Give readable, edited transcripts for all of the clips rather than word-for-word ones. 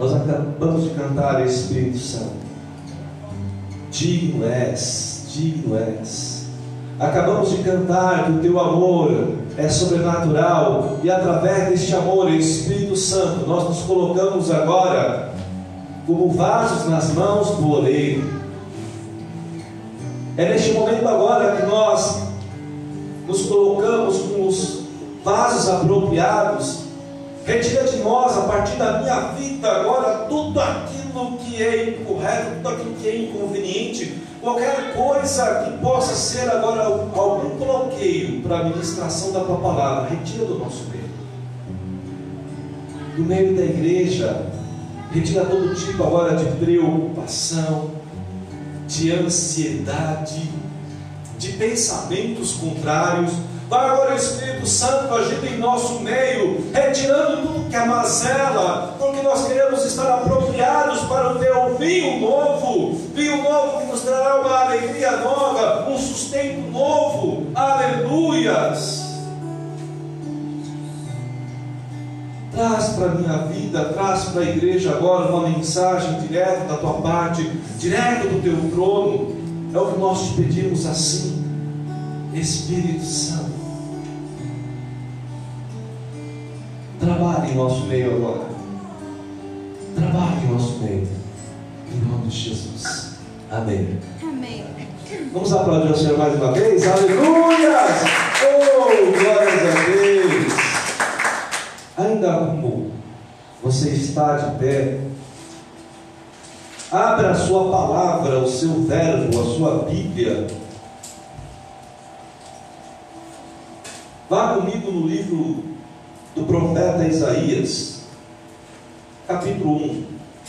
Nós acabamos de cantar, Espírito Santo. Digno és, digno és. Acabamos de cantar que o teu amor é sobrenatural, e através deste amor, Espírito Santo, nós nos colocamos agora como vasos nas mãos do oleiro. É neste momento agora que nós nos colocamos com os vasos apropriados. Retira de nós, a partir da minha vida agora, tudo aquilo que é incorreto, tudo aquilo que é inconveniente, qualquer coisa que possa ser agora algum bloqueio para a ministração da tua palavra. Retira do nosso meio, do meio da igreja. Retira todo tipo agora de preocupação, de ansiedade, de pensamentos contrários. Vai agora o Espírito Santo agindo em nosso meio, retirando tudo que é mazela, porque nós queremos estar apropriados para o teu vinho novo que nos trará uma alegria nova, um sustento novo. Aleluias! Traz para a minha vida, traz para a igreja agora uma mensagem direta da tua parte, direto do teu trono. É o que nós te pedimos assim, Espírito Santo. Trabalhe em nosso meio agora. Trabalhe em nosso meio. Em nome de Jesus. Amém. Amém. Vamos aplaudir o Senhor mais uma vez. Aleluias! Oh, glórias a Deus! Ainda como você está de pé, abra a sua palavra, o seu verbo, a sua Bíblia. Vá comigo no livro do profeta Isaías, capítulo 1,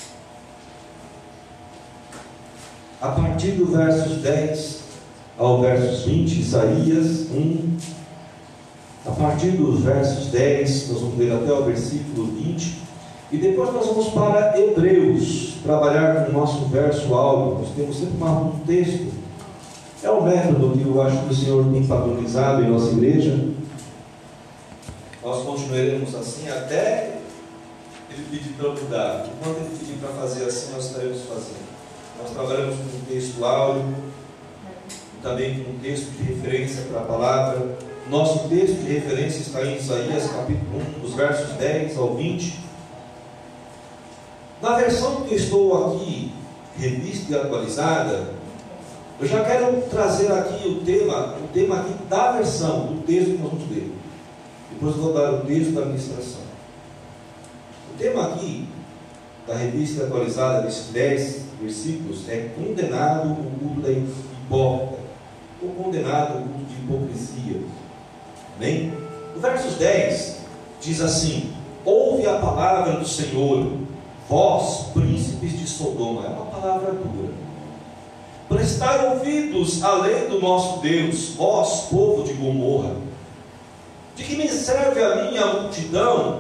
a partir do versos 10 ao versos 20. Isaías 1, a partir dos versos 10, nós vamos ler até o versículo 20, e depois nós vamos para Hebreus, trabalhar com o nosso verso áudio. Nós temos sempre um texto. É um método que eu acho que o Senhor tem padronizado em nossa igreja. Nós continuaremos assim até Ele pedir para mudar. Enquanto Ele pedir para fazer assim, nós estaremos fazendo. Nós trabalhamos com um texto áudio, também com um texto de referência para a palavra. Nosso texto de referência está em Isaías capítulo 1, dos versos 10 ao 20. Na versão que estou aqui, revista e atualizada, eu já quero trazer aqui o tema aqui da versão, do texto que nós vamos ler. Depois vou dar o texto da ministração. O tema aqui, da revista atualizada, desses 10 versículos, é condenado o culto da hipócrita, ou condenado o culto de hipocrisia. Amém? No versos 10, diz assim: ouve a palavra do Senhor, vós, príncipes de Sodoma. É uma palavra dura. Prestai ouvidos à lei do nosso Deus, vós, povo de Gomorra. De que me serve a mim a multidão?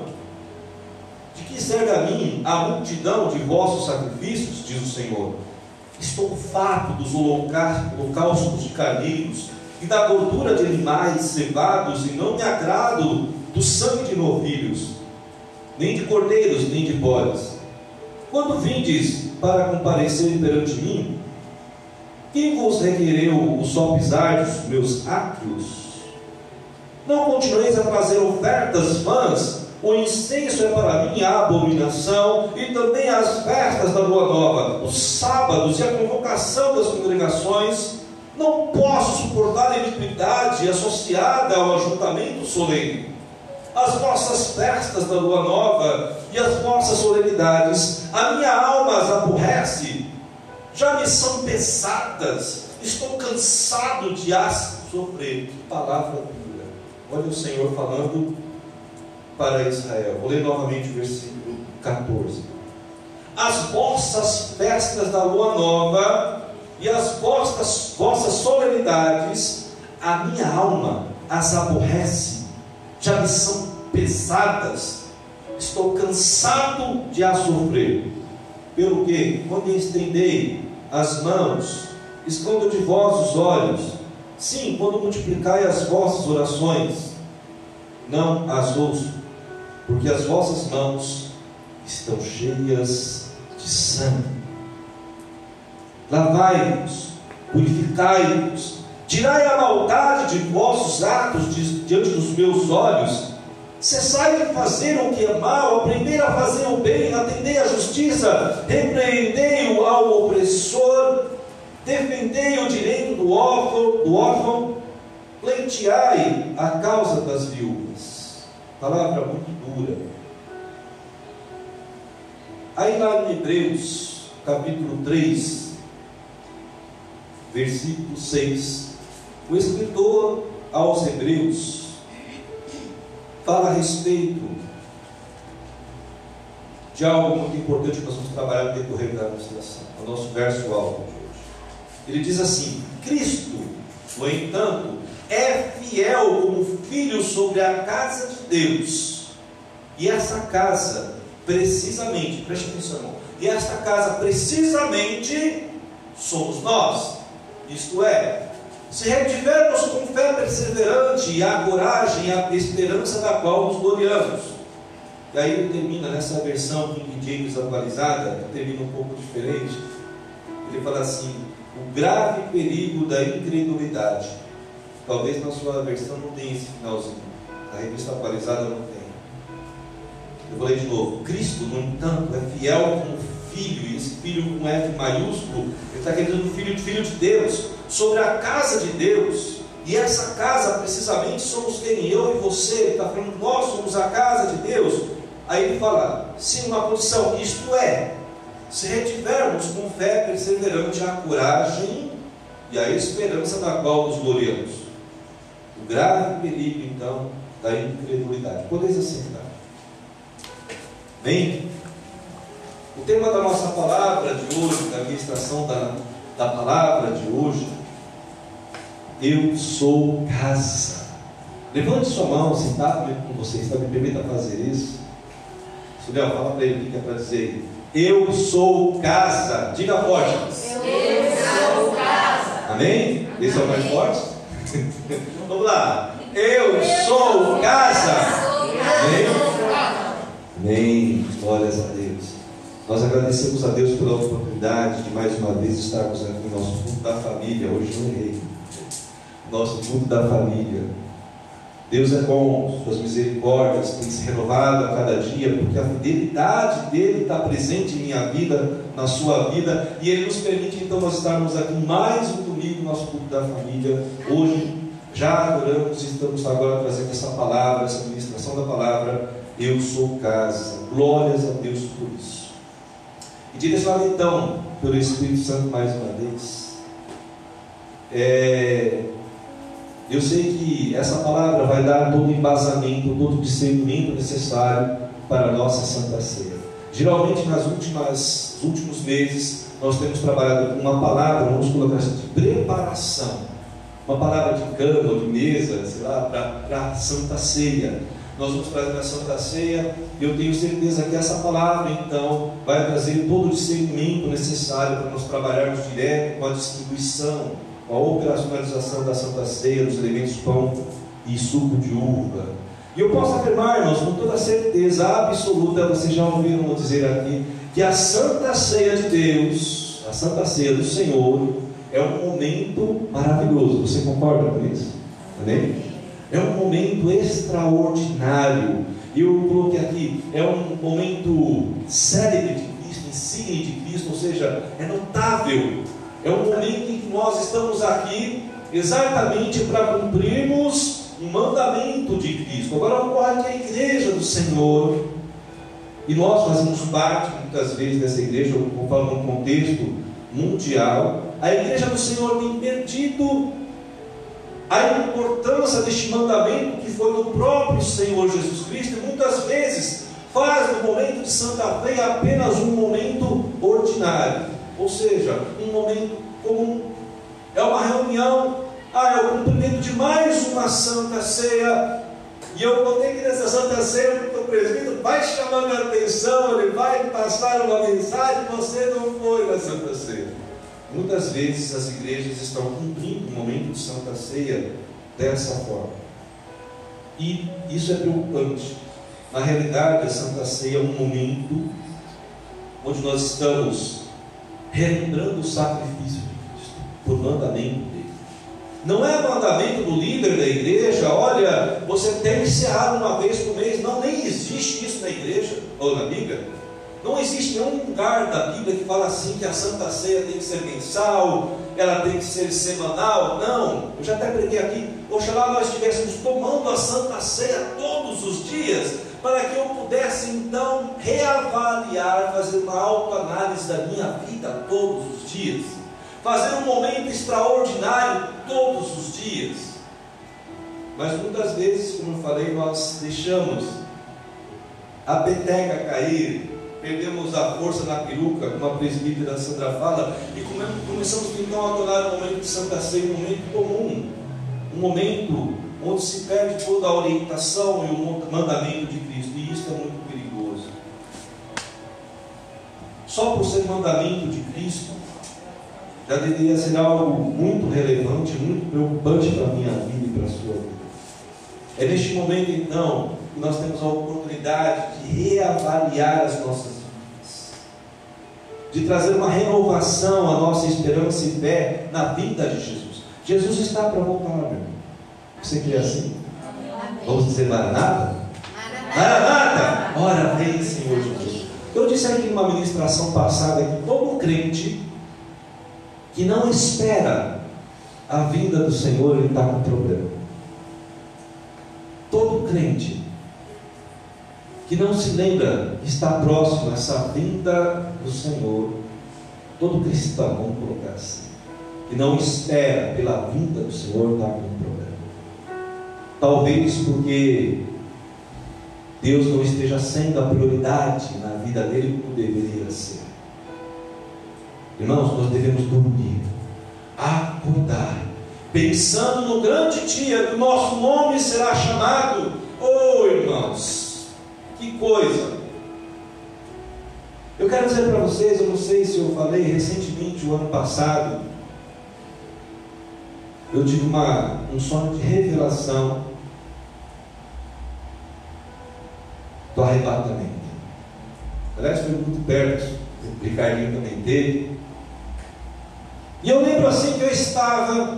De que serve a mim a multidão de vossos sacrifícios, diz o Senhor? Estou farto dos holocaustos de carneiros e da gordura de animais cevados, e não me agrado do sangue de novilhos, nem de cordeiros, nem de bodes. Quando vindes para comparecer perante mim, quem vos requereu o só pisar dos meus átrios? Não continueis a trazer ofertas vãs. O incenso é para mim a abominação, e também as festas da lua nova, os sábados e a convocação das congregações. Não posso suportar a iniquidade associada ao ajuntamento solene. As vossas festas da lua nova e as vossas solenidades, a minha alma as aborrece, já me são pesadas. Estou cansado de as sofrer. Que palavra dura. Olha o Senhor falando para Israel. Vou ler novamente o versículo 14. As vossas festas da lua nova e as vossas solenidades, a minha alma as aborrece, já me são pesadas, estou cansado de as sofrer. Pelo que, quando estendei as mãos, escondo de vós os olhos. Sim, quando multiplicai as vossas orações, não as ouço, porque as vossas mãos estão cheias de sangue. Lavai-vos, purificai-vos, tirai a maldade de vossos atos diante dos meus olhos. Cessai de fazer o que é mal, aprendei a fazer o bem, atendei à justiça, repreendei-o ao opressor, defendei o direito do órfão, pleiteai a causa das viúvas. Palavra muito dura. Aí lá em Hebreus, capítulo 3, versículo 6, o escritor aos Hebreus fala a respeito de algo muito importante que nós vamos trabalhar no decorrer da administração, o nosso verso alto de hoje. Ele diz assim: Cristo, no entanto, é fiel como filho sobre a casa de Deus, e essa casa precisamente, preste atenção, irmão, e esta casa precisamente somos nós. Isto é, se retivermos com fé perseverante e a coragem e a esperança da qual nos gloriamos. E aí ele termina nessa versão King James atualizada, que termina um pouco diferente. Ele fala assim: o grave perigo da incredulidade. Talvez na sua versão não tenha esse finalzinho, na revista atualizada não tem. Eu vou ler de novo: Cristo, no entanto, é fiel como filho, e esse filho com F maiúsculo, ele está querendo filho de Deus, sobre a casa de Deus, e essa casa precisamente somos quem? Eu e você. Ele está falando, nós somos a casa de Deus. Aí ele fala, se uma condição, isto é, se retivermos com fé perseverante a coragem e a esperança da qual nos gloriamos. O grave perigo então da incredulidade. Podeis assentar. Bem, o tema da nossa palavra de hoje, da ministração da palavra de hoje, eu sou casa. Levante sua mão, sentado com você, está me permita fazer isso. Léo, fala para ele o que é para dizer. Eu sou casa. Diga forte. Eu sou casa. Amém? Esse é o mais forte? Vamos lá. Eu sou casa. Amém? Amém. Glórias a Deus. Nós agradecemos a Deus pela oportunidade de mais uma vez estarmos aqui no nosso culto da família. Hoje não errei. Nosso culto da família. Deus é bom, suas misericórdias têm se renovado a cada dia, porque a fidelidade dele está presente em minha vida, na sua vida, e ele nos permite então nós estarmos aqui mais um domingo no nosso culto da família. Hoje já adoramos e estamos agora trazendo essa palavra, essa ministração da palavra. Eu sou casa. Glórias a Deus por isso. E direcionado então pelo Espírito Santo mais uma vez, eu sei que essa palavra vai dar todo o embasamento, todo o discernimento necessário para a nossa Santa Ceia. Geralmente nos últimos meses nós temos trabalhado com uma palavra, vamos colocar assim, de preparação, uma palavra de cama ou de mesa, sei lá, para a Santa Ceia. Nós vamos trazer a Santa Ceia, e eu tenho certeza que essa palavra então vai trazer todo o discernimento necessário para nós trabalharmos direto com a distribuição, com a operacionalização da Santa Ceia, dos elementos pão e suco de uva. E eu posso afirmar, irmãos, com toda certeza absoluta, vocês já ouviram dizer aqui, que a Santa Ceia de Deus, a Santa Ceia do Senhor, é um momento maravilhoso. Você concorda com isso? Amém? É um momento extraordinário. E eu coloquei aqui, é um momento célebre de Cristo, insigne de Cristo, ou seja, é notável. É um momento em que nós estamos aqui exatamente para cumprirmos um mandamento de Cristo. Agora ocorre que a igreja do Senhor, e nós fazemos parte muitas vezes dessa igreja, eu falo num contexto mundial, a igreja do Senhor tem perdido a importância deste mandamento que foi do próprio Senhor Jesus Cristo, e muitas vezes faz do momento de Santa Ceia apenas um momento ordinário, ou seja, um momento comum. É uma reunião, é o cumprimento de mais uma Santa Ceia, e eu vou ter que nessa Santa Ceia, porque o presbítero vai chamar minha atenção, ele vai passar uma mensagem, você não foi na Santa Ceia. Muitas vezes as igrejas estão cumprindo o momento de Santa Ceia dessa forma, e isso é preocupante. Na realidade, a Santa Ceia é um momento onde nós estamos relembrando o sacrifício de Cristo, por mandamento dele. Não é mandamento do líder da igreja, olha, você tem que cear uma vez por mês. Não, nem existe isso na igreja, ou na Bíblia. Não existe nenhum lugar da Bíblia que fala assim, que a Santa Ceia tem que ser mensal, ela tem que ser semanal. Não, eu já até preguei aqui, oxalá nós estivéssemos tomando a Santa Ceia todos os dias, para que eu pudesse então reavaliar, fazer uma autoanálise da minha vida todos os dias, fazer um momento extraordinário todos os dias. Mas muitas vezes, como eu falei, nós deixamos a peteca cair, perdemos a força na peruca, como a presbítera Sandra fala, e começamos então a tornar o momento de Santa Ceia um momento comum, um momento onde se perde toda a orientação e o mandamento de Cristo, e isso é muito perigoso. Só por ser mandamento de Cristo, já deveria ser algo muito relevante, muito preocupante para a minha vida e para a sua vida. É neste momento então que nós temos a oportunidade de reavaliar as nossas vidas, de trazer uma renovação à nossa esperança e fé na vida de Jesus. Jesus está para voltar, meu irmão. Você crê assim? Vamos dizer Maranata? Maranata! Ora vem, Senhor Jesus. Eu disse aqui numa ministração passada que todo crente que não espera a vinda do Senhor, ele está com problema. Todo crente que não se lembra que está próximo a essa vinda do Senhor, todo cristão, vamos colocar assim, que não espera pela vinda do Senhor, está com um problema. Talvez porque Deus não esteja sendo a prioridade na vida dele como deveria ser. Irmãos, nós devemos dormir, acordar, pensando no grande dia que o nosso nome será chamado. Oh, irmãos, que coisa! Eu quero dizer para vocês, eu não sei se eu falei recentemente, o ano passado, eu tive um sonho de revelação do arrebatamento. Aliás, foi muito perto, o Ricardinho também teve. E eu lembro assim que eu estava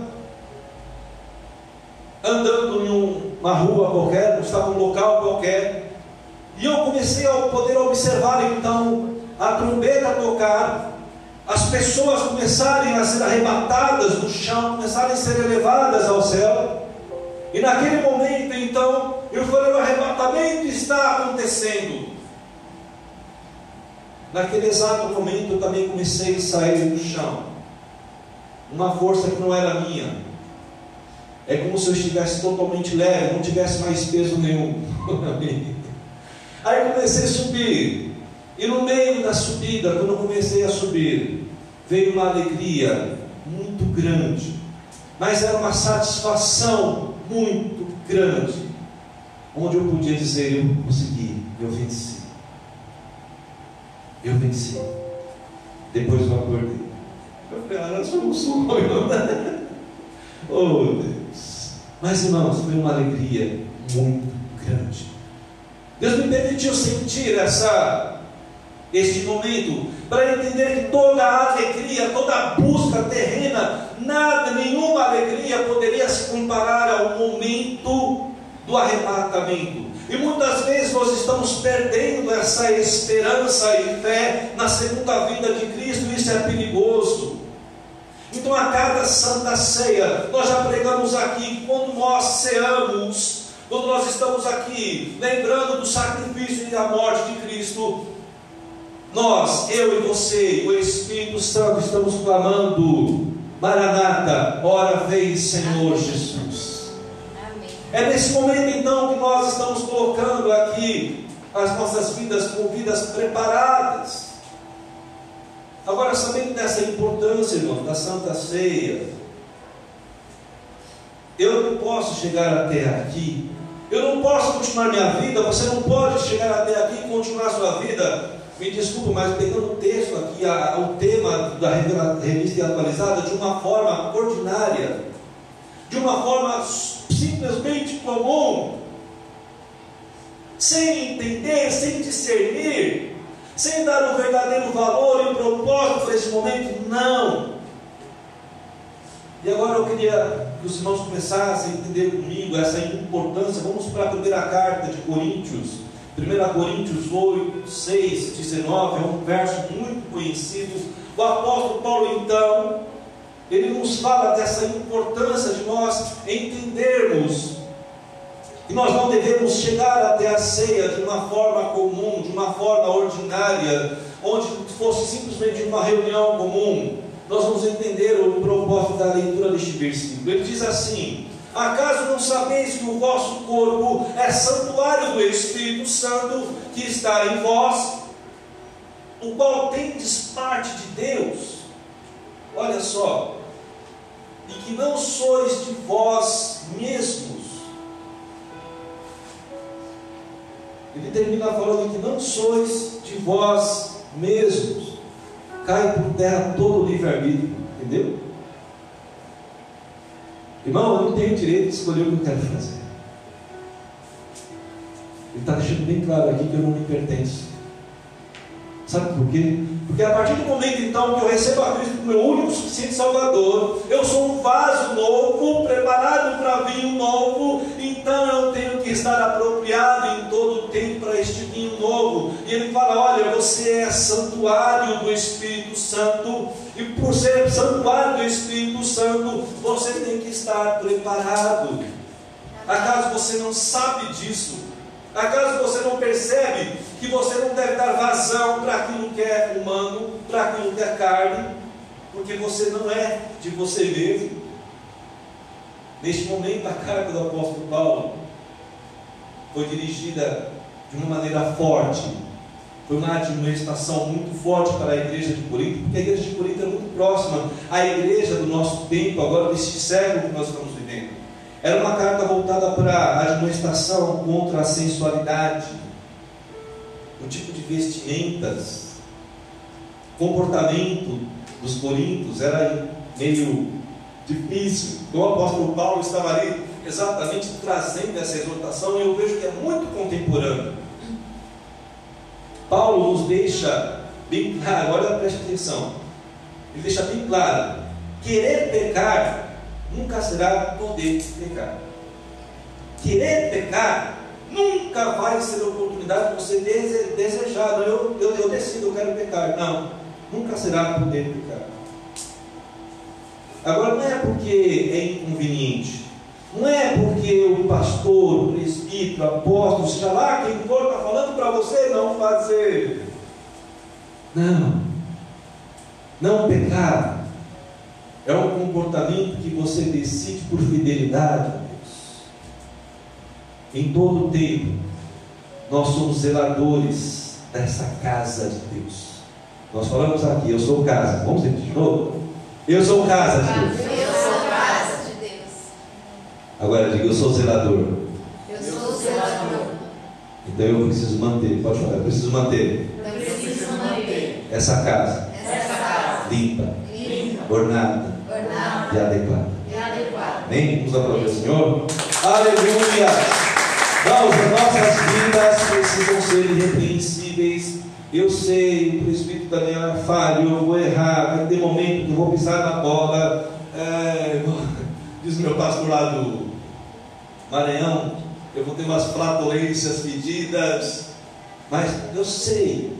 andando em uma rua qualquer, estava em um local qualquer, e eu comecei a poder observar então a trombeta tocar, as pessoas começarem a ser arrebatadas do chão, começarem a ser elevadas ao céu. E naquele momento então eu falei, o arrebatamento está acontecendo. Naquele exato momento eu também comecei a sair do chão, uma força que não era minha. É como se eu estivesse totalmente leve, não tivesse mais peso nenhum. Aí eu comecei a subir, e no meio da subida, quando eu comecei a subir, veio uma alegria muito grande, mas era uma satisfação muito grande, onde eu podia dizer, eu consegui, eu venci. Eu venci. Depois eu acordei. Eu falei, era só um sonho. Oh Deus. Mas irmãos, foi uma alegria muito grande. Deus me permitiu sentir este momento, para entender que toda a alegria, toda a busca terrena, nada, nenhuma alegria poderia se comparar ao momento do arrebatamento. E muitas vezes nós estamos perdendo essa esperança e fé na segunda vinda de Cristo, e isso é perigoso. Então a cada Santa Ceia, nós já pregamos aqui, quando nós ceamos, quando nós estamos aqui lembrando do sacrifício e da morte de Cristo, nós, eu e você, o Espírito Santo, estamos clamando, Maranata, ora vem Senhor Jesus. Amém. É nesse momento então que nós estamos colocando aqui as nossas vidas com vidas preparadas. Agora, sabendo dessa importância, irmão, da Santa Ceia, eu não posso chegar até aqui, eu não posso continuar minha vida, você não pode chegar até aqui e continuar a sua vida. Me desculpa, mas pegando o texto aqui, o tema da revista atualizada, de uma forma ordinária, de uma forma simplesmente comum, sem entender, sem discernir, sem dar o verdadeiro valor e o propósito para esse momento? Não. E agora eu queria que os irmãos começassem a entender comigo essa importância. Vamos para a primeira carta de Coríntios, 1 Coríntios 8, 6, 19, é um verso muito conhecido. O apóstolo Paulo, então, ele nos fala dessa importância de nós entendermos que nós não devemos chegar até a ceia de uma forma comum, de uma forma ordinária, onde fosse simplesmente uma reunião comum. Nós vamos entender o propósito da leitura deste versículo. Ele diz assim: acaso não sabeis que o vosso corpo é santuário do Espírito Santo que está em vós, o qual tendes parte de Deus? Olha só, e que não sois de vós mesmos. Ele termina falando que não sois de vós mesmos. Cai por terra todo o livre-arbítrio, entendeu? Irmão, eu não tenho direito de escolher o que eu quero fazer. Ele está deixando bem claro aqui que eu não me pertenço. Sabe por quê? Porque a partir do momento então que eu recebo a Cristo como meu único suficiente Salvador, eu sou um vaso novo, preparado para vinho novo, então eu tenho que estar apropriado em todo o tempo para este vinho novo. E ele fala: olha, você é santuário do Espírito Santo, e por ser santuário do Espírito Santo, você tem que estar preparado. Acaso você não sabe disso? Acaso você não percebe que você não deve dar vazão para aquilo que é humano, para aquilo que é carne, porque você não é de você mesmo? Neste momento, a carta do apóstolo Paulo foi dirigida de uma maneira forte. Foi uma admoestação muito forte para a igreja de Corinto, porque a igreja de Corinto é muito próxima à igreja do nosso tempo, agora deste século que nós estamos vivendo. Era uma carta voltada para a admoestação contra a sensualidade, o tipo de vestimentas, comportamento dos coríntios era meio difícil. O apóstolo Paulo estava ali exatamente trazendo essa exortação, e eu vejo que é muito contemporâneo. Paulo nos deixa bem claro, olha, preste atenção, ele deixa bem claro: querer pecar nunca será poder pecar. Querer pecar nunca vai ser oportunidade de você desejar. Eu decido, eu quero pecar. Não, nunca será poder pecar. Agora, não é porque é inconveniente, não é porque o pastor, o presbítero, o apóstolo, seja lá quem for, está falando para você não fazer. Não pecar é um comportamento que você decide por fidelidade a Deus. Em todo o tempo, nós somos zeladores dessa casa de Deus. Nós falamos aqui: eu sou casa. Vamos repetir de novo? Eu sou casa de Deus. Eu sou casa de Deus. Agora diga: eu sou zelador. Eu sou zelador. Então eu preciso manter. Pode falar: eu preciso manter. Eu preciso manter Essa casa limpa, ornada e adequada. Amém? Vamos aplaudir o Senhor. Aleluia! As nossas vidas precisam ser irrepreensíveis. Eu sei, o presbítero Daniel é falho, eu vou errar, vai ter momento que eu vou pisar na bola. Diz o meu pastor lá do Maranhão, eu vou ter umas flatulências pedidas, mas eu sei.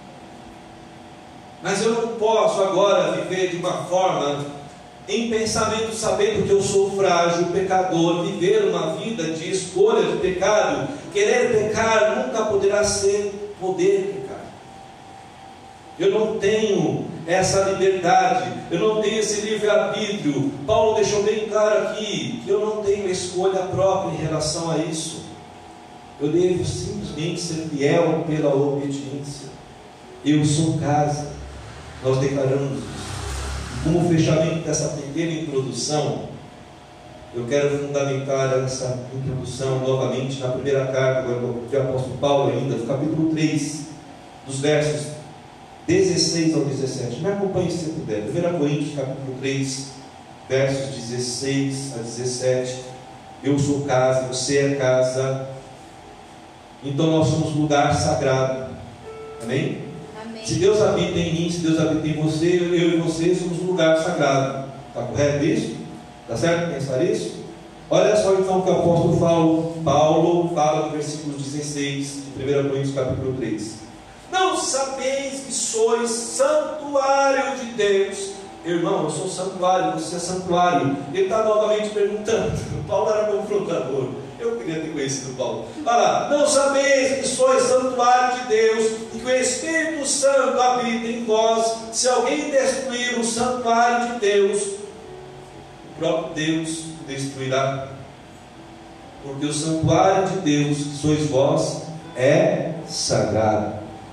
Mas eu não posso agora viver de uma forma em pensamento, sabendo que eu sou frágil, pecador, viver uma vida de escolha de pecado. Querer pecar nunca poderá ser poder pecar. Eu não tenho essa liberdade, eu não tenho esse livre-arbítrio. Paulo deixou bem claro aqui que eu não tenho escolha própria em relação a isso. Eu devo simplesmente ser fiel pela obediência. Eu sou casa. Nós declaramos isso. Como fechamento dessa pequena introdução, eu quero fundamentar essa introdução novamente na primeira carta do apóstolo Paulo, ainda no capítulo 3, dos versos 16 ao 17. Me acompanhe se você puder. 1 Coríntios capítulo 3, versos 16 a 17. Eu sou casa, você é casa, então nós somos lugar sagrado. Amém? Se Deus habita em mim, se Deus habita em você, eu e você somos um lugar sagrado. Está correto isso? Está certo pensar isso? Olha só então o que o apóstolo Paulo fala no versículo 16 de 1 Coríntios capítulo 3. Não sabeis que sois santuário de Deus? Irmão, eu sou santuário, você é santuário. Ele está novamente perguntando. Paulo era confrontador. Eu queria ter conhecido Paulo. Olha lá, não sabeis que sois santuário de Deus e que o Espírito Santo habita em vós? Se alguém destruir o santuário de Deus, o próprio Deus o destruirá. Porque o santuário de Deus, que sois vós, é sagrado.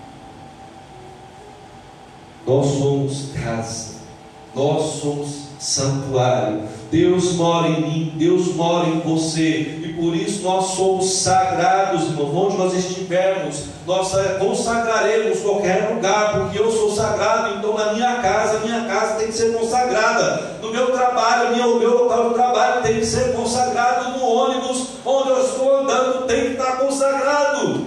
Nós somos casa, nós somos santuário. Deus mora em mim, Deus mora em você, e por isso nós somos sagrados, irmãos. Onde nós estivermos, nós consagraremos qualquer lugar, porque eu sou sagrado. Então na minha casa tem que ser consagrada. No meu trabalho, o meu local de trabalho tem que ser consagrado. No ônibus onde eu estou andando tem que estar consagrado.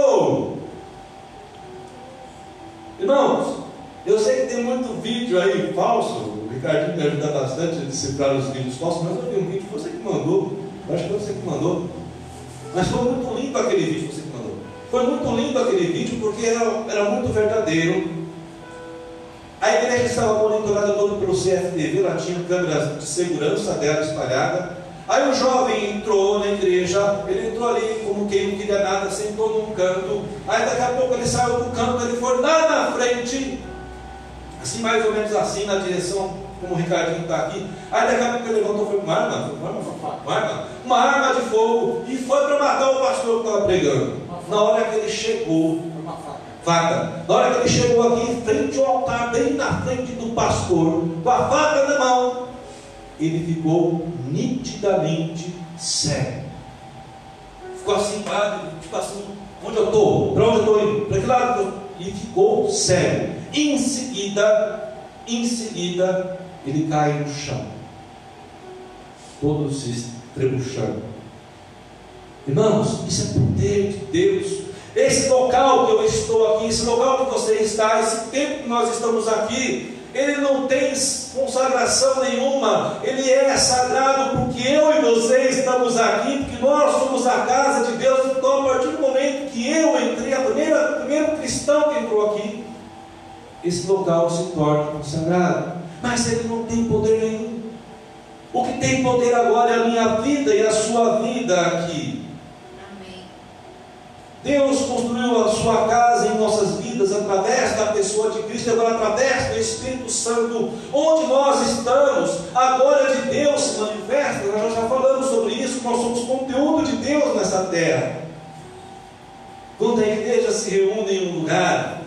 Irmãos, eu sei que tem muito vídeo aí falso. O Ricardinho me ajuda bastante a decifrar os vídeos falsos, mas eu vi um vídeo, você que mandou. Eu acho que foi você que mandou. Mas foi muito lindo aquele vídeo que você que mandou. Foi muito lindo aquele vídeo porque era muito verdadeiro. A igreja estava monitorada toda pelo CFTV, lá tinha câmeras de segurança dela espalhada. Aí o jovem entrou na igreja, ele entrou ali como quem não queria nada, sentou num canto. Aí daqui a pouco ele saiu do canto, ele foi lá na frente, assim mais ou menos assim, na direção como o Ricardinho está aqui. Aí daqui a pouco ele levantou e foi com uma arma de fogo, e foi para matar o pastor que estava pregando. Na hora que ele chegou, faca. Na hora que ele chegou aqui em frente ao altar, bem na frente do pastor, com a faca na mão, ele ficou nitidamente cego. Ficou assim, tipo assim, onde eu estou? Para onde eu estou indo? Para que lado eu estou? E ficou cego. Em seguida, ele cai no chão, todo se estrebuchando. Irmãos, isso é poder de Deus. Esse local que eu estou aqui, esse local que você está, esse tempo que nós estamos aqui, ele não tem consagração nenhuma. Ele é sagrado porque eu e você estamos aqui, porque nós somos a casa de Deus. Então, a partir do momento que eu entrei, o primeiro cristão que entrou aqui, esse local se torna consagrado. Mas ele não tem poder nenhum. O que tem poder agora é a minha vida e a sua vida aqui. Amém. Deus construiu a sua casa em nossas vidas através da pessoa de Cristo, agora através do Espírito Santo. Onde nós estamos, a glória de Deus se manifesta. Nós já falamos sobre isso. Nós somos conteúdo de Deus nessa terra. Quando a igreja se reúne em um lugar,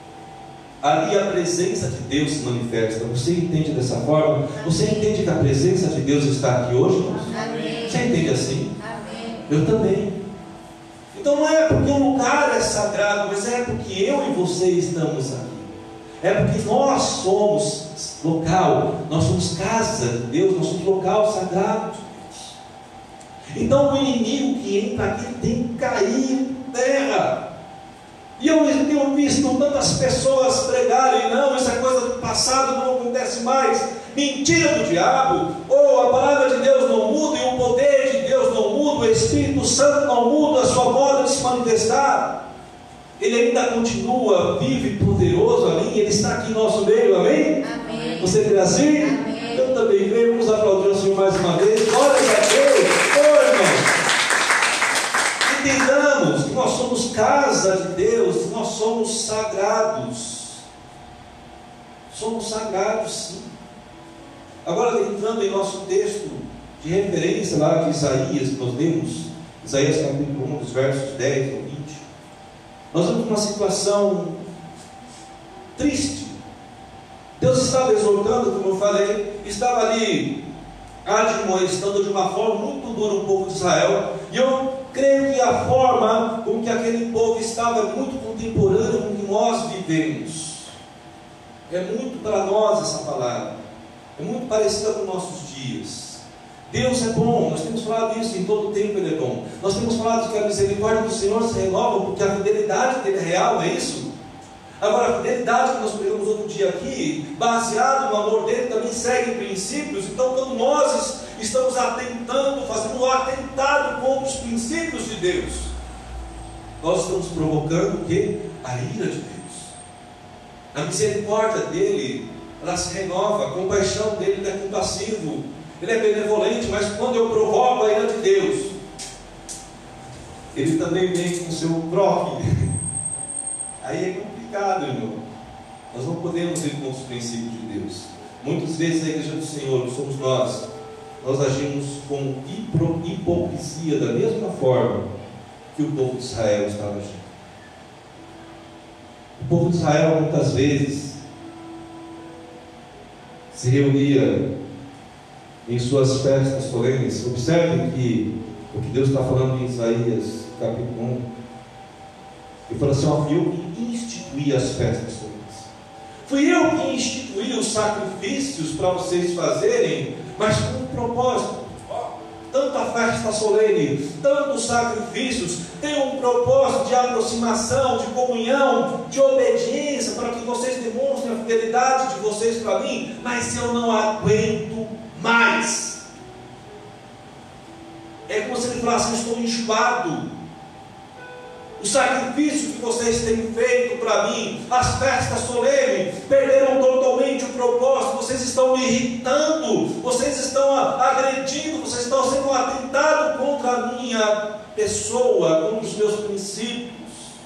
ali a presença de Deus se manifesta. Você entende dessa forma? Você entende que a presença de Deus está aqui hoje? Amém. Você entende assim? Amém. Eu também. Então não é porque o lugar é sagrado, mas é porque eu e você estamos aqui. É porque nós somos local, nós somos casa de Deus, nós somos local sagrado de Deus. Então o inimigo que entra aqui tem que cair em terra. E eu tenho visto tantas pessoas pregarem: não, isso é coisa do passado, não acontece mais. Mentira do diabo. A palavra de Deus não muda, e o poder de Deus não muda, o Espírito Santo não muda a sua modo de se manifestar. Ele ainda continua vivo e poderoso ali, ele está aqui em nosso meio, amém? Amém. Você crê assim? Amém. Eu também creio. Vamos aplaudir o Senhor mais uma vez. Glória a Deus. Irmãos, entendamos que nós somos casa de Deus, nós somos sagrados. Somos sagrados, sim. Agora, entrando em nosso texto de referência lá de Isaías, que nós lemos, Isaías capítulo 1, dos versos 10 ao 20, nós vemos uma situação triste. Deus estava exortando, como eu falei, estava ali admoestando de uma forma muito dura o povo de Israel, e eu creio que a forma com que aquele povo estava é muito contemporânea com o que nós vivemos. É muito para nós essa palavra, é muito parecida com nossos dias. Deus é bom, nós temos falado isso, em todo tempo Ele é bom. Nós temos falado que a misericórdia do Senhor se renova porque a fidelidade dele é real, é isso? Agora, a fidelidade que nós pegamos outro dia aqui, baseado no amor dele, também segue princípios. Então, quando nós estamos atentando, fazendo um atentado contra os princípios de Deus, nós estamos provocando o quê? A ira de Deus. A misericórdia dele, ela se renova, a compaixão dele não é compassivo, ele é benevolente, mas quando eu provoco a ira de Deus, ele também vem com o seu croque. Aí é complicado, irmão. Nós não podemos ir contra os princípios de Deus. Muitas vezes a igreja do Senhor, que somos nós agimos com hipocrisia da mesma forma que o povo de Israel estava agindo. O povo de Israel muitas vezes se reunia em suas festas solenes. Observem que o que Deus está falando em Isaías capítulo 1, ele fala assim: ó, fui eu que instituí as festas solenes, fui eu que instituí os sacrifícios para vocês fazerem, mas com um propósito. Tanto a festa solene, tanto os sacrifícios, tem um propósito de aproximação, de comunhão, de obediência, para que vocês demonstrem a fidelidade de vocês para mim. Mas eu não aguento mais. É como se ele falasse: eu estou enjoado. O sacrifício que vocês têm feito para mim, as festas solenes, perderam totalmente o propósito. Vocês estão me irritando, vocês estão agredindo, vocês estão sendo atentados contra a minha pessoa, contra os meus princípios.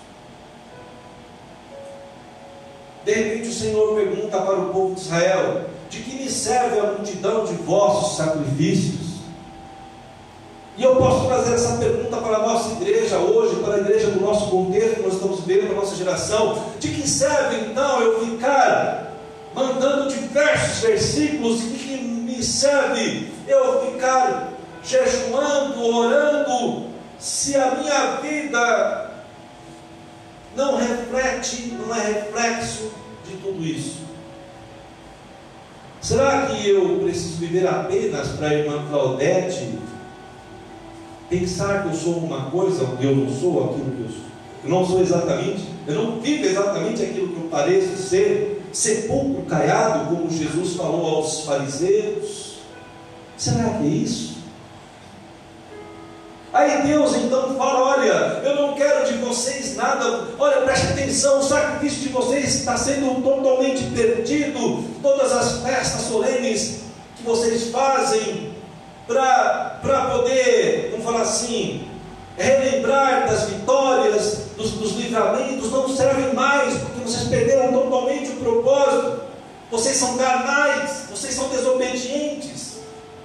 De repente o Senhor pergunta para o povo de Israel: de que me serve a multidão de vossos sacrifícios? E eu posso trazer essa pergunta para a nossa igreja hoje, para a igreja do nosso contexto que nós estamos vivendo, para a nossa geração: de que serve então eu ficar mandando diversos versículos? De que me serve eu ficar jejuando, orando, se a minha vida não reflete, não é reflexo de tudo isso? Será que eu preciso viver apenas para a irmã Claudete pensar que eu sou uma coisa e eu não sou aquilo que eu sou? Eu não sou exatamente, eu não vivo exatamente aquilo que eu pareço ser sepulcro caiado, como Jesus falou aos fariseus. Será que é isso? Aí Deus então fala: olha, eu não quero de vocês nada. Olha, preste atenção, o sacrifício de vocês está sendo totalmente perdido. Todas as festas solenes que vocês fazem para poder, vamos falar assim, relembrar das vitórias, dos livramentos, não servem mais, porque vocês perderam totalmente o propósito. Vocês são carnais, vocês são desobedientes.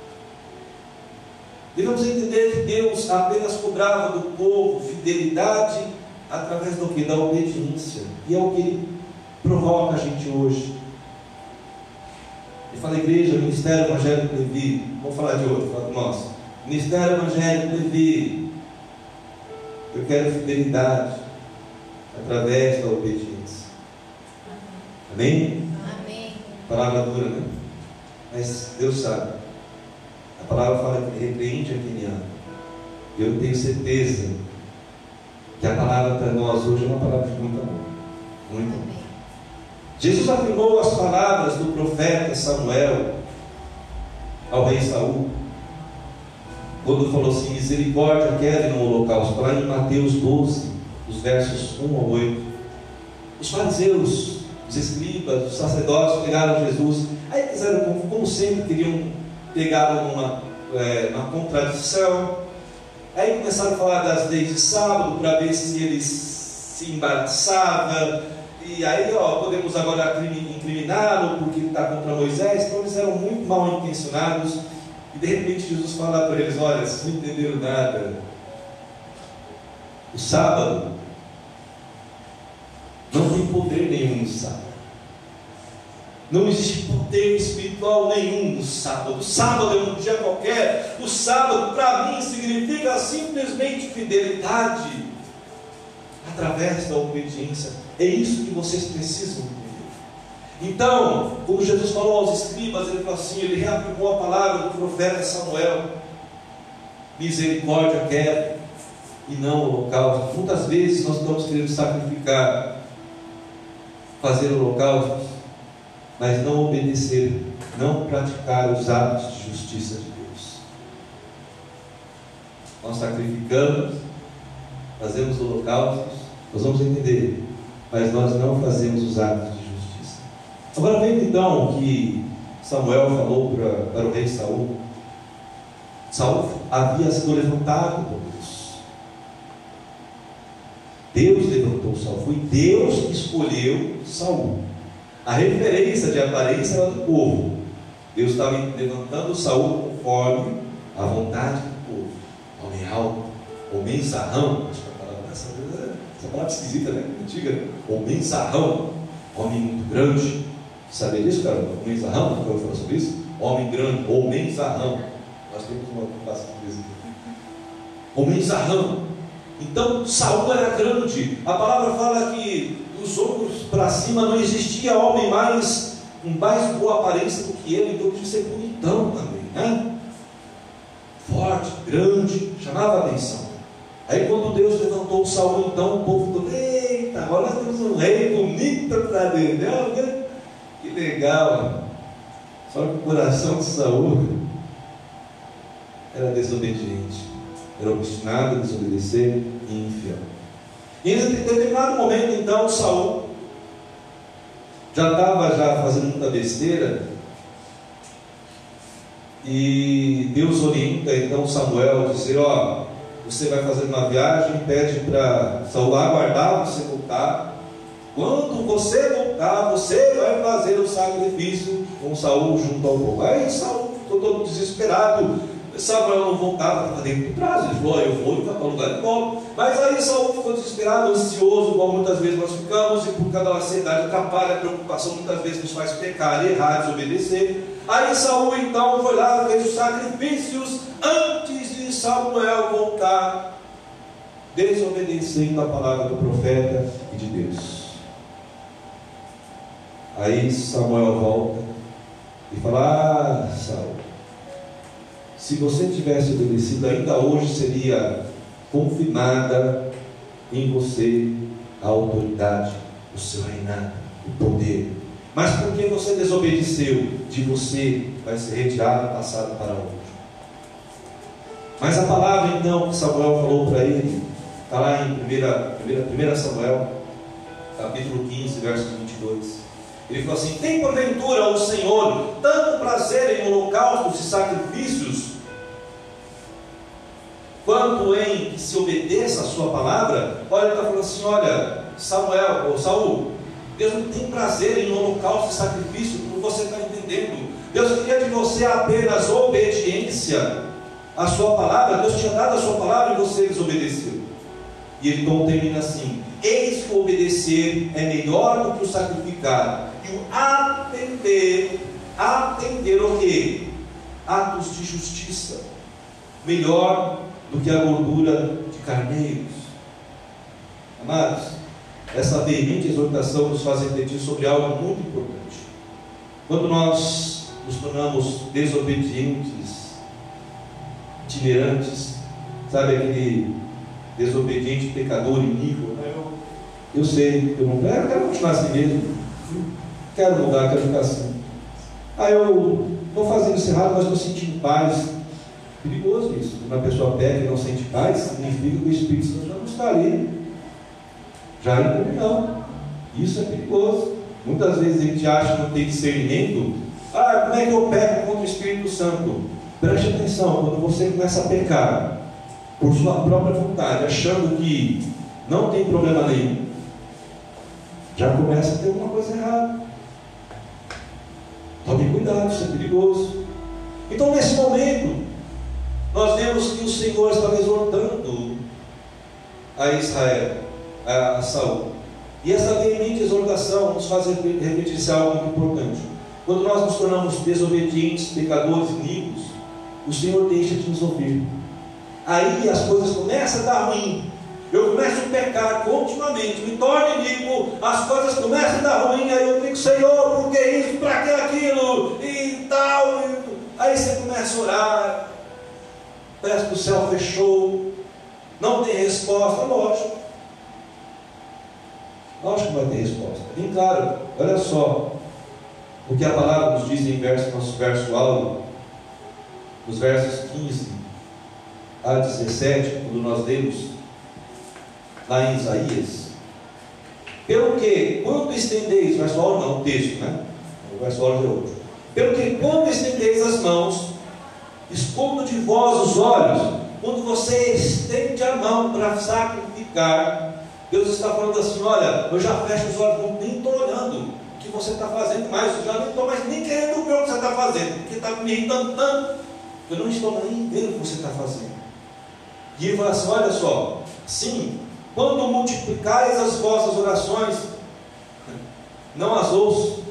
Devemos entender que Deus apenas cobrava do povo fidelidade através do que? Da obediência. E é o que Ele provoca a gente hoje. Ele fala: igreja, Ministério Evangélico Levi. Vamos falar de outro, falar do nosso. Ministério Evangélico Levi, eu quero fidelidade através da obediência. Amém? Amém. Palavra dura, né? Mas Deus sabe. A palavra fala que Ele repreende a quem ama. Eu tenho certeza que a palavra para nós hoje é uma palavra de muito amor. Muito amor. Jesus afirmou as palavras do profeta Samuel ao rei Saul, quando falou assim: misericórdia quero no holocausto, lá em Mateus 12, os versos 1 ao 8. Os fariseus, os escribas, os sacerdotes pegaram Jesus, aí quiseram, como sempre, queriam pegar uma contradição. Aí começaram a falar das leis de sábado, para ver se eles se embaraçavam. E aí, podemos agora incriminá-lo porque ele está contra Moisés. Então eles eram muito mal intencionados. E de repente Jesus fala para eles: olha, vocês não entenderam nada. O sábado não tem poder nenhum no sábado. Não existe poder espiritual nenhum no sábado. O sábado é um dia qualquer. O sábado para mim significa simplesmente fidelidade através da obediência. É isso que vocês precisam entender. Então, como Jesus falou aos escribas, ele falou assim, ele reafirmou a palavra do profeta Samuel: misericórdia quero e não holocausto. Muitas vezes nós estamos querendo sacrificar fazer holocaustos, mas não obedecer, não praticar os atos de justiça de Deus. Nós sacrificamos, fazemos holocaustos, nós vamos entender, mas nós não fazemos os atos de justiça. Agora vendo então o que Samuel falou para o rei Saul. Saul havia sido levantado por Deus. Deus levantou Saul, foi Deus que escolheu Saul. A referência de aparência era do povo. Deus estava levantando Saul conforme a vontade do povo. Homem alto, homem zarrão. Acho que a palavra essa palavra esquisita, né? Antiga. Homem zarrão, homem muito grande. Sabia disso, cara? Homem zarrão, não foi falar sobre isso? Homem grande, homem zarrão. Nós temos uma ocupação desse aqui. Homem zarrão. Então Saul era grande. A palavra fala que dos ombros para cima não existia homem com mais boa aparência do que ele. Então tinha que ser bonitão também, né? Forte, grande, chamava a atenção. Aí quando Deus levantou Saul, então o povo falou: eita, agora nós temos um rei bonito para Deus, né? Que legal. Só que o coração de Saul era desobediente, era obstinado a desobedecer e infiel. E em determinado momento, então, Saul já estava fazendo muita besteira, e Deus orienta então Samuel a dizer: ó, você vai fazer uma viagem, pede para Saul aguardar você voltar. Quando você voltar, você vai fazer o sacrifício com Saul junto ao povo. Aí Saul ficou todo desesperado. Samuel não voltava, estava dentro de trás. Ele falou: eu vou para o lugar de volta. Mas aí Saul ficou desesperado, ansioso, igual muitas vezes nós ficamos, e por causa da ansiedade atrapalha, a preocupação muitas vezes nos faz pecar, errar, desobedecer. Aí Saul então foi lá, fez os sacrifícios antes de Samuel voltar, desobedecendo a palavra do profeta e de Deus. Aí Samuel volta e fala: ah, Saul, se você tivesse obedecido, ainda hoje seria confirmada em você a autoridade, o seu reinado, o poder. Mas porque você desobedeceu, de você vai ser retirado e passado para outro. Mas a palavra então que Samuel falou para ele está lá em 1 Samuel capítulo 15, verso 22. Ele falou assim: tem porventura o Senhor tanto prazer em holocaustos e sacrifícios, quanto em que se obedeça a sua palavra? Olha, ele está falando assim: olha, Saul, Deus não tem prazer em holocausto e sacrifício, como você está entendendo. Deus queria de você apenas obediência à sua palavra. Deus tinha dado a sua palavra e você desobedeceu. E ele então termina assim: eis que o obedecer é melhor do que o sacrificar, e o atender o quê? Atos de justiça, melhor do que a gordura de carneiros. Amados, essa veemente exortação nos faz refletir sobre algo muito importante. Quando nós nos tornamos desobedientes, itinerantes, sabe aquele desobediente, pecador, iníquo, né? Eu sei, eu quero continuar assim mesmo, quero mudar, quero ficar assim. Eu estou fazendo isso errado, mas estou sentindo paz. Perigoso isso. Quando a pessoa pega e não sente paz, significa que o Espírito Santo já não está ali, já em comunhão. Isso é perigoso. Muitas vezes a gente acha que não tem discernimento. Como é que eu peco contra o Espírito Santo? Preste atenção, quando você começa a pecar por sua própria vontade, achando que não tem problema nenhum, já começa a ter alguma coisa errada. Tome cuidado, isso é perigoso. Então, nesse momento, nós vemos que o Senhor estava exortando a Israel, a Saul. E essa veemente exortação nos faz refletir algo muito importante. Quando nós nos tornamos desobedientes, pecadores, iníquos, o Senhor deixa de nos ouvir. Aí as coisas começam a dar ruim. Eu começo a pecar continuamente, me torno iníquo, as coisas começam a dar ruim. Aí eu digo: Senhor, por que isso, para que aquilo e tal? Aí você começa a orar, parece que o céu fechou, não tem resposta. Lógico, Lógico que vai ter resposta. Bem claro, olha só o que a palavra nos diz em nosso verso áureo, nos versos 15 a 17, quando nós lemos lá em Isaías. Pelo que, quando estendeis, verso áureo não, o texto, né? O verso áureo é outro. Pelo que, quando estendeis as mãos, escondo de vós os olhos. Quando você estende a mão para sacrificar, Deus está falando assim: olha, eu já fecho os olhos, nem estou olhando o que você está fazendo mais, eu já nem estou mais nem querendo ver o que você está fazendo, porque está me irritando tanto, eu não estou nem vendo o que você está fazendo. E ele fala assim: olha só, sim, quando multiplicais as vossas orações, não as ouço.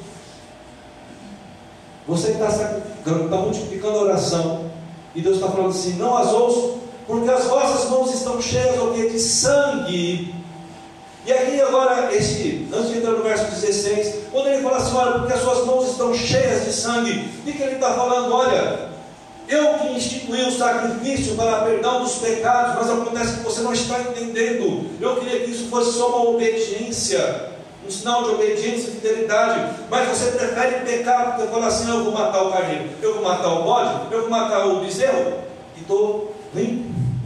Você está sacrificando, está multiplicando a oração, e Deus está falando assim: não as ouço, porque as vossas mãos estão cheias de sangue. E aqui agora, antes de entrar no verso 16, quando ele fala assim: olha, porque as suas mãos estão cheias de sangue, o que ele está falando? Olha, eu que instituí o sacrifício para perdão dos pecados, mas acontece que você não está entendendo. Eu queria que isso fosse só uma obediência, um sinal de obediência e fidelidade, mas você prefere pecar porque fala assim: eu vou matar o carneiro, eu vou matar o bode, eu vou matar o bezerro e estou limpo.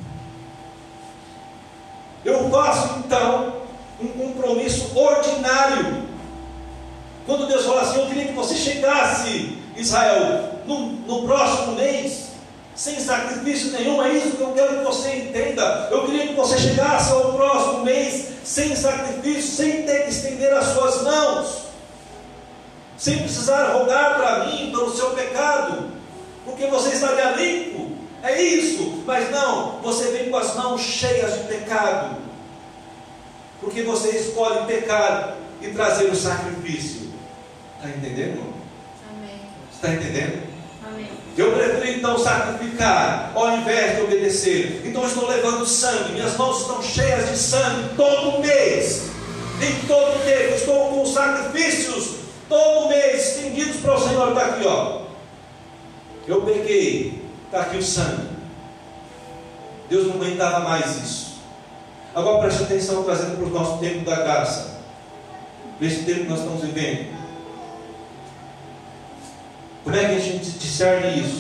Eu faço então um compromisso ordinário. Quando Deus fala assim: eu queria que você chegasse, Israel, no próximo mês, sem sacrifício nenhum, é isso que eu quero que você entenda. Eu queria que você chegasse ao próximo mês sem sacrifício, sem ter que estender as suas mãos, sem precisar rogar para mim pelo seu pecado, porque você estaria limpo. É isso, mas não, você vem com as mãos cheias de pecado, porque você escolhe pecar e trazer o sacrifício. Está entendendo? Amém. Está entendendo? Amém. Eu prefiro então sacrificar ao invés de obedecer. Então eu estou levando sangue, minhas mãos estão cheias de sangue todo mês, em todo tempo. Estou com sacrifícios todo mês estendidos para o Senhor. Está aqui, ó. Eu peguei, está aqui o sangue. Deus não aguentava mais isso. Agora preste atenção, trazendo para o nosso tempo da graça, para esse tempo que nós estamos vivendo. Como é que a gente discerne isso?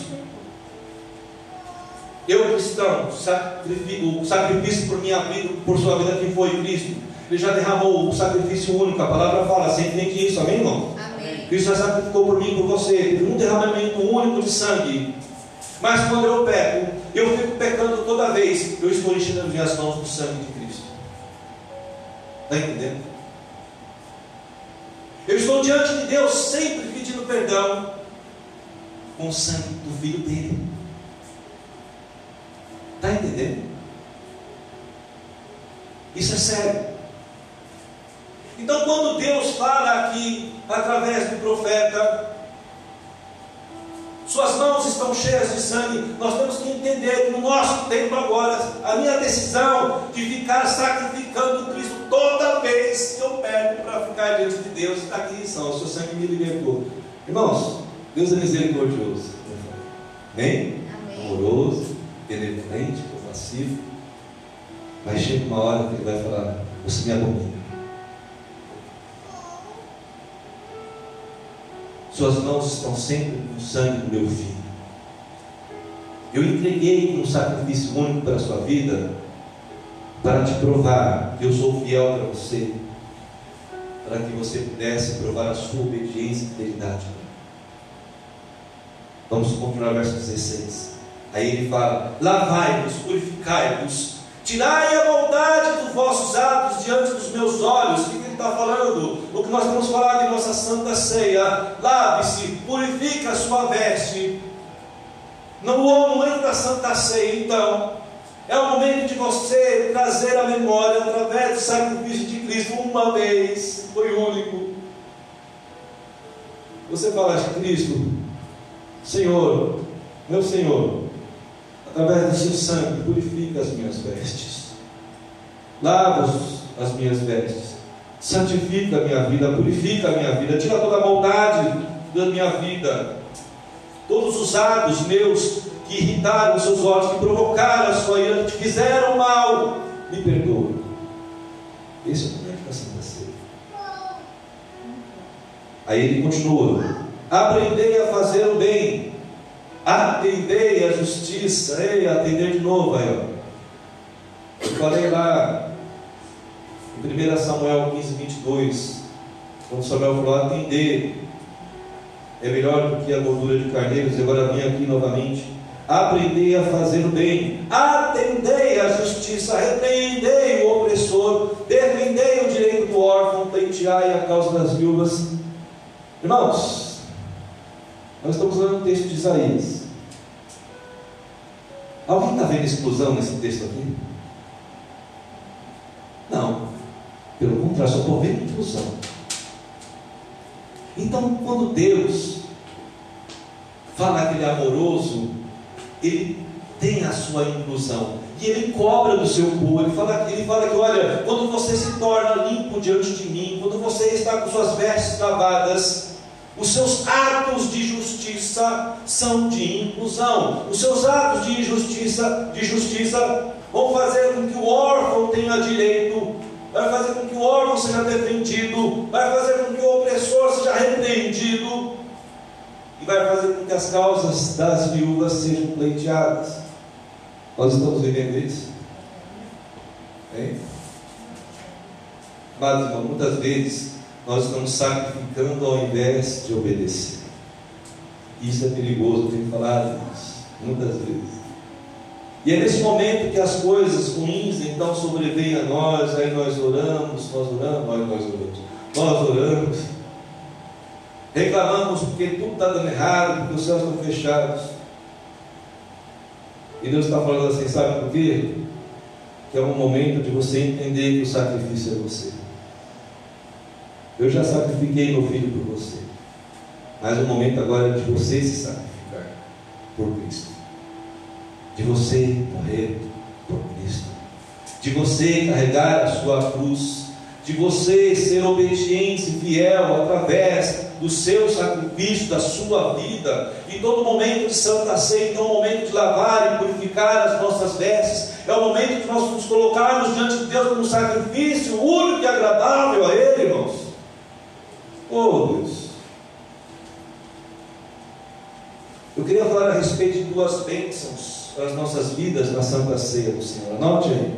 Eu, cristão, o sacrifício por minha vida, por sua vida, que foi Cristo. Ele já derramou o sacrifício único. A palavra fala, você entende isso, amém, irmão? Amém. Cristo já sacrificou por mim e por você, um derramamento único de sangue. Mas quando eu peco, eu fico pecando toda vez, eu estou enchendo as minhas mãos do sangue de Cristo. Está entendendo? Eu estou diante de Deus sempre pedindo perdão com o sangue do Filho dele. Está entendendo? Isso é sério. Então, quando Deus fala aqui através do profeta, suas mãos estão cheias de sangue, nós temos que entender que no nosso tempo agora, a minha decisão de ficar sacrificando Cristo toda vez que eu pego para ficar diante de Deus, está aqui, são, o seu sangue me libertou. Irmãos, Deus é misericordioso, amém? Amoroso, benevolente, compassivo, mas chega uma hora que Ele vai falar: você me abomina. Suas mãos estão sempre com o sangue do meu filho. Eu entreguei um sacrifício único para a sua vida, para te provar que eu sou fiel para você, para que você pudesse provar a sua obediência e fidelidade. Vamos continuar o verso 16. Aí ele fala: lavai-vos, purificai-vos, tirai a maldade dos vossos atos diante dos meus olhos. O que ele está falando? O que nós temos falado em nossa Santa Ceia. Lave-se, purifica a sua veste. No momento da Santa Ceia, então, é o momento de você trazer a memória, através do sacrifício de Cristo, uma vez, foi único. Você fala: Cristo, Senhor, meu Senhor, através do seu sangue, purifica as minhas vestes, lava as minhas vestes, santifica a minha vida, purifica a minha vida, tira toda a maldade da minha vida, todos os atos meus que irritaram os seus olhos, que provocaram a sua ira, que te fizeram mal, me perdoa. Esse é o momento da Santa Ceia. Aí ele continua: aprendei a fazer o bem, atendei a justiça. Ei, atender de novo aí, ó. Eu falei lá em 1 Samuel 15, 22, quando Samuel falou: atender é melhor do que a gordura de carneiros. E agora vem aqui novamente: aprendei a fazer o bem, atendei a justiça, repreendei o opressor, defendei o direito do órfão, pleiteai a causa das viúvas. Irmãos, nós estamos lendo o texto de Isaías. Alguém está vendo exclusão nesse texto aqui? Não, pelo contrário, só estou vendo inclusão. Então, quando Deus fala que Ele é amoroso, Ele tem a sua inclusão, e Ele cobra do seu povo. Ele fala que, olha, quando você se torna limpo diante de mim, quando você está com suas vestes lavadas, os seus atos de justiça são de inclusão. Os seus atos de justiça vão fazer com que o órfão tenha direito, vai fazer com que o órfão seja defendido, vai fazer com que o opressor seja repreendido, e vai fazer com que as causas das viúvas sejam pleiteadas. Nós estamos vivendo isso? Hein? Amados irmãos, muitas vezes nós estamos sacrificando ao invés de obedecer. Isso é perigoso, eu tenho falado isso muitas vezes. E é nesse momento que as coisas ruins então sobrevêm a nós. Aí nós oramos, reclamamos porque tudo está dando errado, porque os céus estão fechados. E Deus está falando assim: sabe por quê? Que é um momento de você entender que o sacrifício é você. Eu já sacrifiquei meu filho por você, mas o momento agora é de você se sacrificar por Cristo, de você morrer por Cristo, de você carregar a sua cruz, de você ser obediente e fiel através do seu sacrifício, da sua vida. E todo momento de Santa Ceia, então, é o momento de lavar e purificar as nossas vestes, é o momento de nós nos colocarmos diante de Deus como um sacrifício único e agradável a Ele, irmãos. Oh Deus, eu queria falar a respeito de duas bênçãos para as nossas vidas na Santa Ceia do Senhor. Anote aí: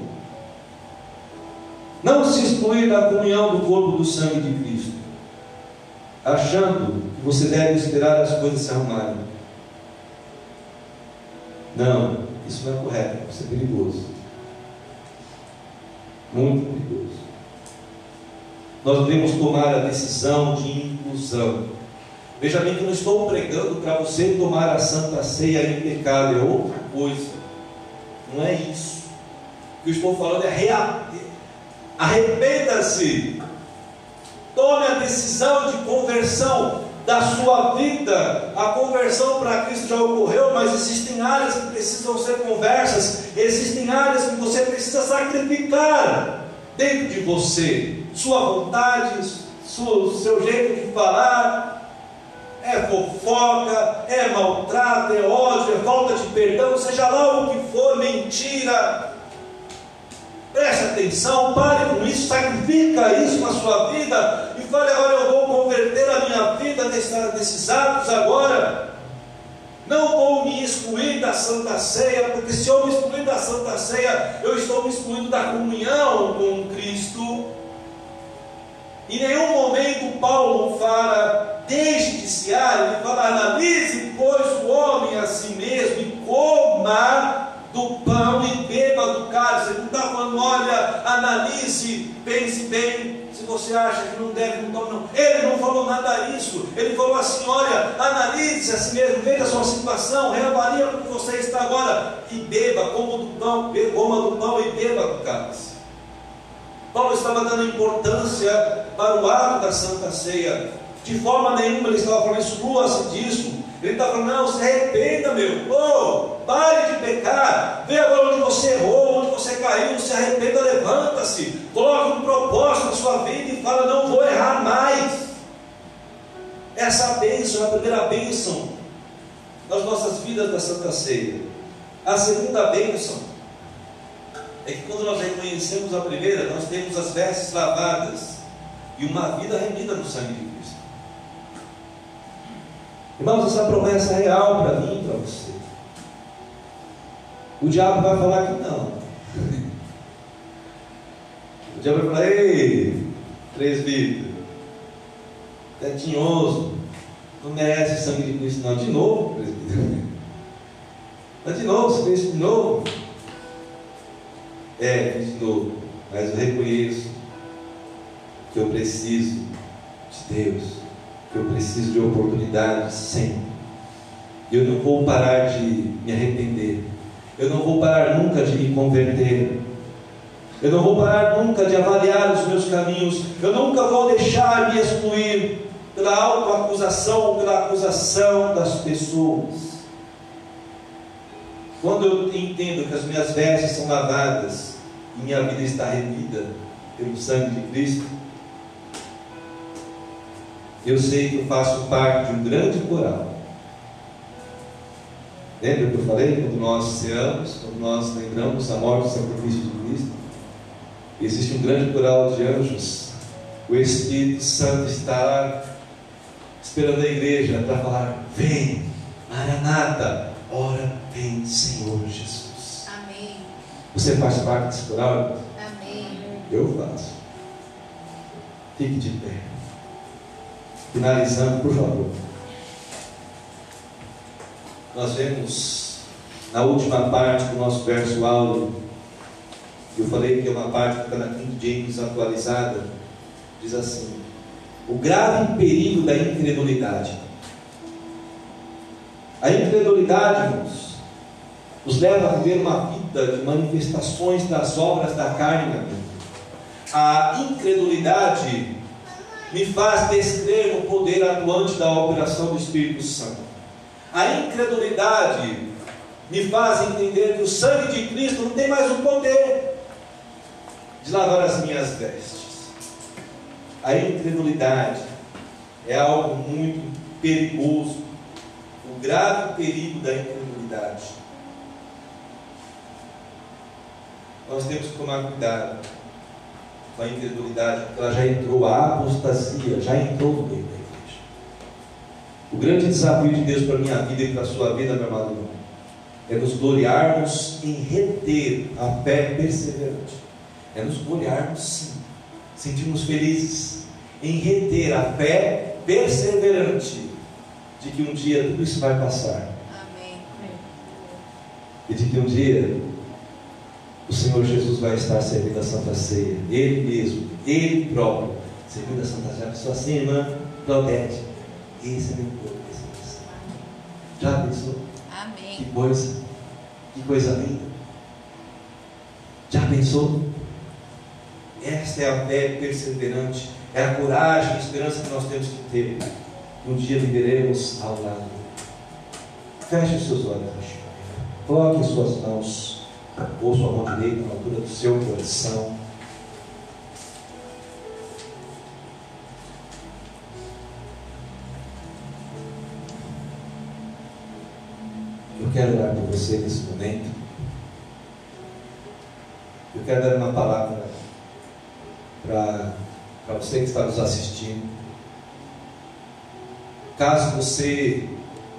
não se excluir da comunhão do corpo do sangue de Cristo, achando que você deve esperar as coisas se arrumarem. Não, isso não é correto, isso é perigoso, muito perigoso. Nós devemos tomar a decisão de inclusão. Veja bem que eu não estou pregando para você tomar a Santa Ceia em pecado, é outra coisa, não é isso. O que eu estou falando é arrependa-se, tome a decisão de conversão da sua vida. A conversão para Cristo já ocorreu, mas existem áreas que precisam ser conversas, existem áreas que você precisa sacrificar dentro de você. Sua vontade, seu jeito de falar, é fofoca, é maltrato, é ódio, é falta de perdão, seja lá o que for, mentira. Preste atenção, pare com isso, sacrifica isso na sua vida e fale: agora eu vou converter a minha vida desses atos agora. Não vou me excluir da Santa Ceia, porque se eu me excluir da Santa Ceia, eu estou me excluindo da comunhão com Cristo. Em nenhum momento Paulo fala: deixe de cear. Ele fala: analise, pois, o homem a si mesmo, e coma do pão e beba do cálice. Ele não está falando: olha, analise, pense bem, se você acha que não deve, não tome, não. Ele não falou nada disso. Ele falou assim: olha, analise a si mesmo, veja a sua situação, reavalie o que você está agora, e beba, coma do pão e beba do cálice. Paulo estava dando importância para o ato da Santa Ceia. De forma nenhuma ele estava falando: exclua-se disso. Ele está falando: não, se arrependa, pare de pecar, vê agora onde você errou, onde você caiu, se arrependa, levanta-se, coloque um propósito na sua vida e fala: não vou errar mais. Essa bênção é a primeira bênção nas nossas vidas da Santa Ceia. A segunda bênção é que quando nós reconhecemos a primeira, nós temos as vestes lavadas e uma vida remida no sangue de Cristo. Irmãos, essa promessa é real para mim e para você. O diabo vai falar que não. O diabo vai falar: ei, presbítero, é tinhoso, não merece sangue de Cristo, não. De novo, presbítero. Mas de novo, você fez isso de novo? Fiz de novo. Mas eu reconheço que eu preciso de Deus, que eu preciso de oportunidades sempre. Eu não vou parar de me arrepender. Eu não vou parar nunca de me converter. Eu não vou parar nunca de avaliar os meus caminhos. Eu nunca vou deixar me excluir pela autoacusação ou pela acusação das pessoas. Quando eu entendo que as minhas vestes são lavadas e minha vida está remida pelo sangue de Cristo, eu sei que eu faço parte de um grande coral. Lembra que eu falei? Quando nós ceamos, quando nós lembramos a morte e sacrifício de Cristo, existe um grande coral de anjos. O Espírito Santo está lá esperando a igreja para falar: vem, Maranata, ora vem, Senhor Jesus. Amém. Você faz parte desse coral? Amém. Eu faço. Fique de pé. Finalizando, por favor. Nós vemos na última parte do nosso verso áureo, eu falei que é uma parte que está na King James atualizada, diz assim: o grave perigo da incredulidade. A incredulidade, irmãos, nos leva a viver uma vida de manifestações das obras da carne na vida. A incredulidade me faz descrer no poder atuante da operação do Espírito Santo. A incredulidade me faz entender que o sangue de Cristo não tem mais o poder de lavar as minhas vestes. A incredulidade é algo muito perigoso. O grave perigo da incredulidade. Nós temos que tomar cuidado com a incredulidade, porque ela já entrou, a apostasia já entrou no meio da igreja. O grande desafio de Deus para a minha vida e para a sua vida, meu amado irmão, é nos gloriarmos em reter a fé perseverante. É nos gloriarmos, sim, sentirmos felizes em reter a fé perseverante de que um dia tudo isso vai passar. Amém. E de que um dia o Senhor Jesus vai estar servindo a Santa Ceia, Ele mesmo, Ele próprio, servindo a Santa Ceia. A pessoa assim, irmã Claudete, esse é meu corpo, esse é meu sangue. Já pensou? Amém. Que coisa linda. Já pensou? Esta é a fé perseverante, é a coragem e a esperança que nós temos que ter. Um dia viveremos ao lado. Feche os seus olhos, coloque suas mãos ou sua mão direita na altura do seu coração. Eu quero orar por você nesse momento. Eu quero dar uma palavra para você que está nos assistindo. Caso você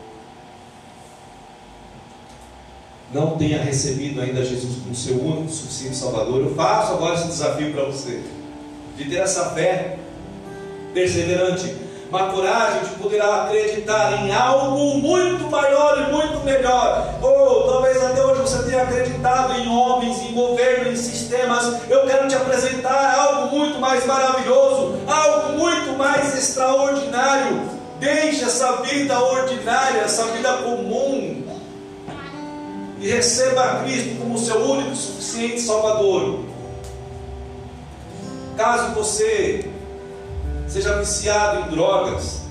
não tenha recebido ainda Jesus como seu único, suficiente Salvador, eu faço agora esse desafio para você, de ter essa fé perseverante, uma coragem de poder acreditar em algo muito maior e muito melhor. Ou talvez até hoje você tenha acreditado em homens, em governo, em sistemas. Eu quero te apresentar algo muito mais maravilhoso, algo muito mais extraordinário. Deixe essa vida ordinária, essa vida comum, e receba a Cristo como seu único e suficiente Salvador. Caso você seja viciado em drogas,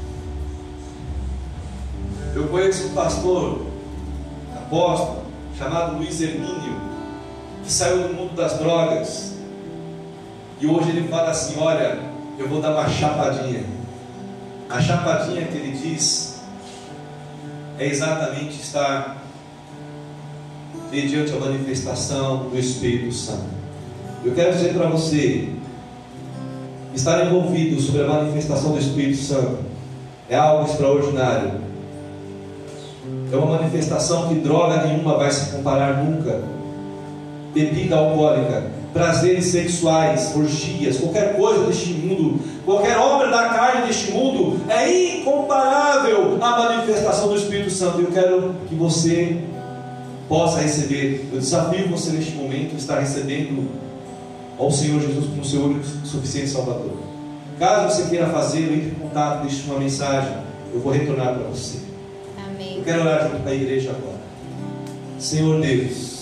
eu conheço um pastor, apóstolo, chamado Luiz Hermínio, que saiu do mundo das drogas, e hoje ele fala assim: olha, eu vou dar uma chapadinha. A chapadinha que ele diz é exatamente estar mediante a manifestação do Espírito Santo. Eu quero dizer para você, estar envolvido sobre a manifestação do Espírito Santo é algo extraordinário. É uma manifestação que droga nenhuma vai se comparar nunca. Bebida alcoólica, prazeres sexuais, orgias, qualquer coisa deste mundo, qualquer obra da carne deste mundo é incomparável à manifestação do Espírito Santo. Eu quero que você possa receber. Eu desafio você neste momento a estar recebendo ao Senhor Jesus como seu único e suficiente Salvador. Caso você queira fazer, entre em contato, deixe uma mensagem, eu vou retornar para você. Amém. Eu quero orar junto com a igreja agora. Senhor Deus,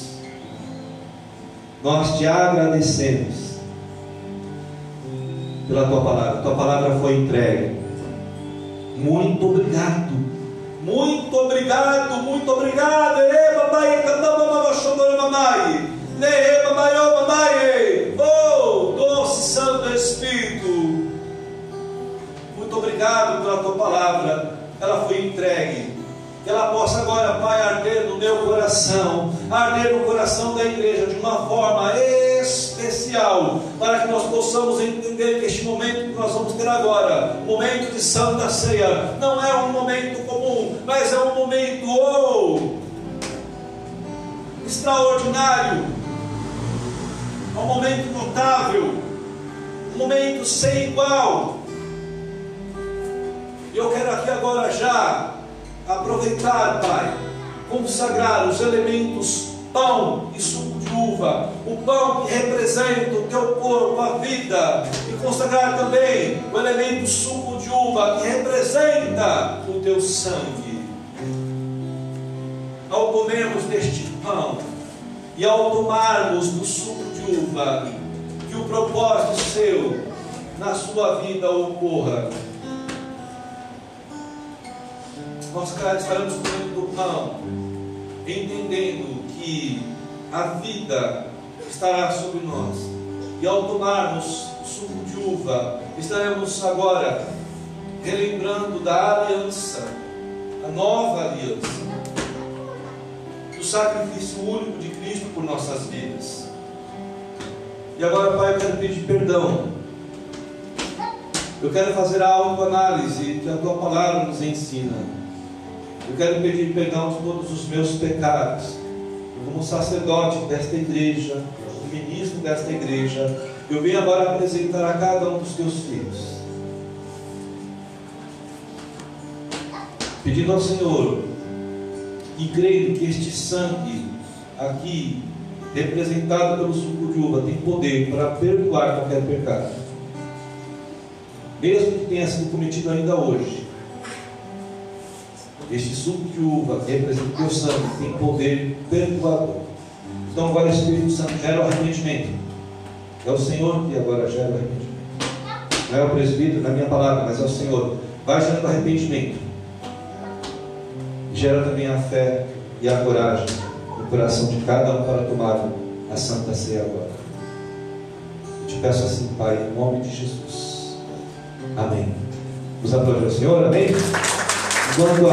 nós te agradecemos pela tua palavra. Tua palavra foi entregue. Muito obrigado. Muito obrigado, muito obrigado. Oh, doce Santo Espírito, muito obrigado pela tua palavra. Ela foi entregue. Que ela possa agora, Pai, arder no meu coração, arder no coração da igreja de uma forma especial, para que nós possamos entender que este momento que nós vamos ter agora, o momento de Santa Ceia, não é um momento comum, mas é um momento extraordinário, é um momento notável, um momento sem igual. E eu quero aqui agora já aproveitar, Pai, consagrar os elementos pão e suco de uva, o pão que representa o teu corpo, a vida, e consagrar também o elemento suco de uva que representa o teu sangue. Ao comermos deste pão e ao tomarmos do suco de uva, que o propósito seu na sua vida ocorra. Nós estaremos comendo do pão, entendendo que a vida estará sobre nós. E ao tomarmos o suco de uva, estaremos agora relembrando da aliança, a nova aliança, do sacrifício único de Cristo por nossas vidas. E agora, Pai, eu quero pedir perdão. Eu quero fazer a autoanálise que a tua palavra nos ensina. Eu quero pedir perdão de todos os meus pecados. Eu, como sacerdote desta igreja, como ministro desta igreja, eu venho agora apresentar a cada um dos teus filhos, pedindo ao Senhor, e crendo que este sangue aqui, representado pelo suco de uva, tem poder para perdoar qualquer pecado, mesmo que tenha sido cometido ainda hoje. Este suco de uva que representa o teu sangue tem poder perdoador. Então agora o Espírito Santo gera o arrependimento. É o Senhor que agora gera o arrependimento. Não é o presbítero na minha palavra, mas é o Senhor. Vai gerando arrependimento. Gera também a fé e a coragem no coração de cada um para tomar a Santa Ceia agora. Eu te peço assim, Pai, em nome de Jesus. Amém. Nos aplaude ao Senhor, amém? Quando